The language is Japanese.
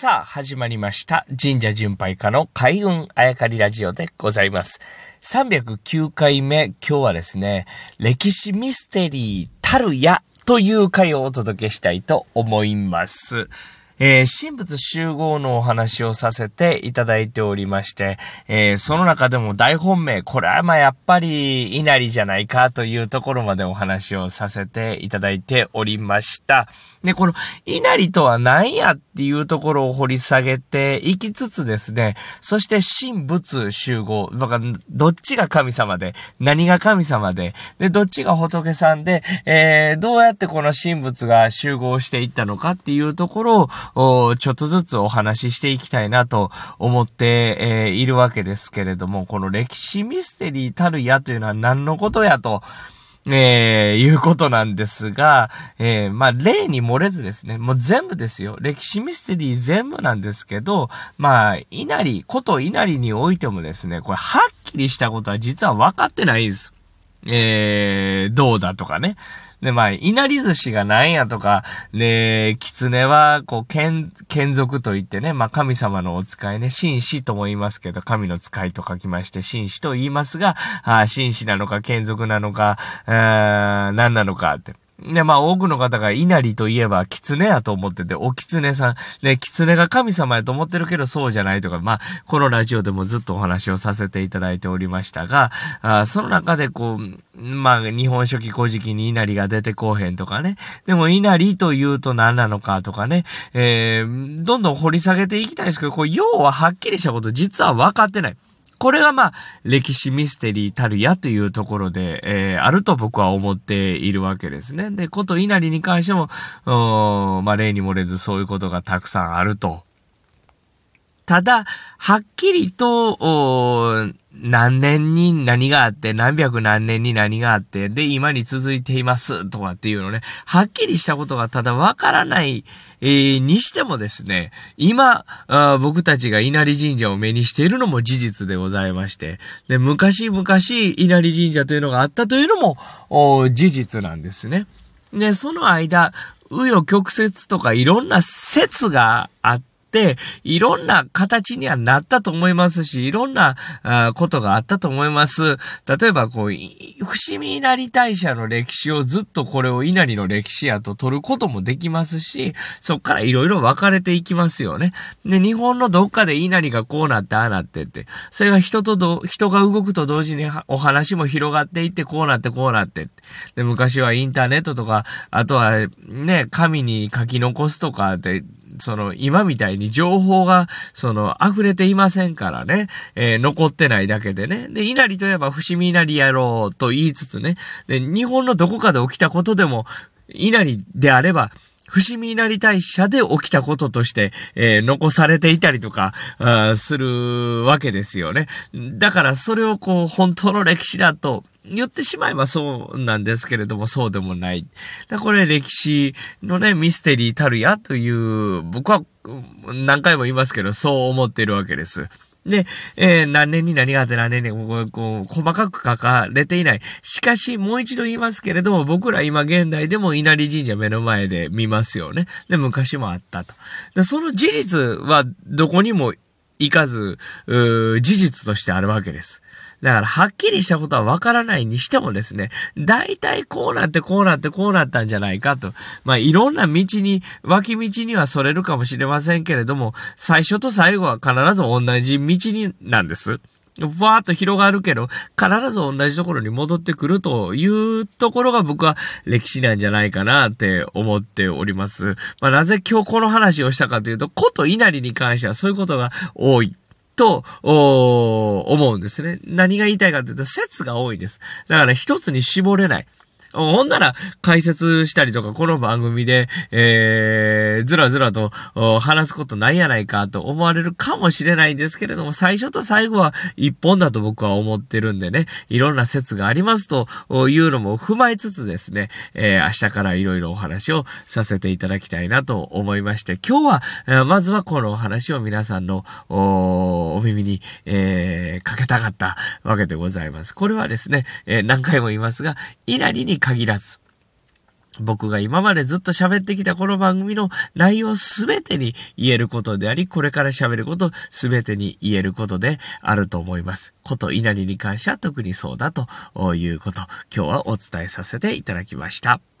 さあ、始まりました。神社巡拝家の開運あやかりラジオでございます。309回目、今日はですね、歴史ミステリーたるやという回をお届けしたいと思います。神仏集合のお話をさせていただいておりまして、その中でも大本命、これはやっぱり稲荷じゃないかというところまでお話をさせていただいておりました。で、この稲荷とは何やっていうところを掘り下げていきつつですね、そして神仏集合、どっちが神様で、何が神様で、どっちが仏さんで、どうやってこの神仏が集合していったのかっていうところをちょっとずつお話ししていきたいなと思って、いるわけですけれども、この歴史ミステリーたるやというのは何のことやと、いうことなんですが、例に漏れずですね、もう全部ですよ。歴史ミステリー全部なんですけど、こと稲荷においてもですね、これはっきりしたことは実は分かってないんです。どうだとかね。で、稲荷寿司が何やとか、で、狐は、眷属といってね、神様のお使いね、神使とも言いますけど、神の使いと書きまして、神使と言いますが、神使なのか、眷属なのか、何なのかって。で、多くの方が稲荷といえば狐やと思ってて、お狐さん。で、狐が神様やと思ってるけどそうじゃないとか、このラジオでもずっとお話をさせていただいておりましたが、その中で日本書紀古事記に稲荷が出てこうへんとかね。でも稲荷というと何なのかとかね。どんどん掘り下げていきたいんですけど、要ははっきりしたこと実は分かってない。これが歴史ミステリーたるやというところで、あると僕は思っているわけですね。で、こと稲荷に関しても、例に漏れずそういうことがたくさんあると。ただ、はっきりと、何年に何があって、何百何年に何があって、で、今に続いています、とかっていうのね、はっきりしたことがただわからない、にしてもですね、今、僕たちが稲荷神社を目にしているのも事実でございまして、で、昔々稲荷神社というのがあったというのも、事実なんですね。で、その間、紆余曲折とかいろんな説があって、いろんな形にはなったと思いますし、いろんなことがあったと思います。例えば伏見稲荷大社の歴史をずっとこれを稲荷の歴史やと取ることもできますし、そっからいろいろ分かれていきますよね。で、日本のどっかで稲荷がこうなってああなってって、それが人が動くと同時にお話も広がっていってこうなってこうなってって。で、昔はインターネットとか、あとはね、紙に書き残すとかで、今みたいに情報が、溢れていませんからね、残ってないだけでね。で、稲荷といえば伏見稲荷やろうと言いつつね、で、日本のどこかで起きたことでも、稲荷であれば、伏見稲荷大社で起きたこととして、残されていたりとか、するわけですよね。だからそれを本当の歴史だと言ってしまえばそうなんですけれども、そうでもない。これ歴史のね、ミステリーたるやという、僕は何回も言いますけど、そう思っているわけです。で、何年に何があって何年に細かく書かれていない。しかし、もう一度言いますけれども、僕ら今現代でも稲荷神社目の前で見ますよね。で、昔もあったと。で、その事実はどこにも行かず、事実としてあるわけです。だから、はっきりしたことはわからないにしてもですね、大体こうなってこうなってこうなったんじゃないかと。いろんな脇道にはそれるかもしれませんけれども、最初と最後は必ず同じ道なんです。ふわーっと広がるけど、必ず同じところに戻ってくるというところが僕は歴史なんじゃないかなって思っております。なぜ今日この話をしたかというと、こと稲荷に関してはそういうことが多い。と、思うんですね。何が言いたいかというと、説が多いです。だから一つに絞れない。ほんなら解説したりとかこの番組で、ずらずらと話すことないやないかと思われるかもしれないんですけれども、最初と最後は一本だと僕は思ってるんでね、いろんな説がありますというのも踏まえつつですね、明日からいろいろお話をさせていただきたいなと思いまして、今日は、まずはこのお話を皆さんのお耳に、かけたかったわけでございます。これはですね、何回も言いますが、稲荷に限らず、 僕が今までずっと喋ってきたこの番組の内容すべてに言えることであり、これから喋ることすべてに言えることであると思います。こと稲荷に関しては特にそうだということ、今日はお伝えさせていただきました。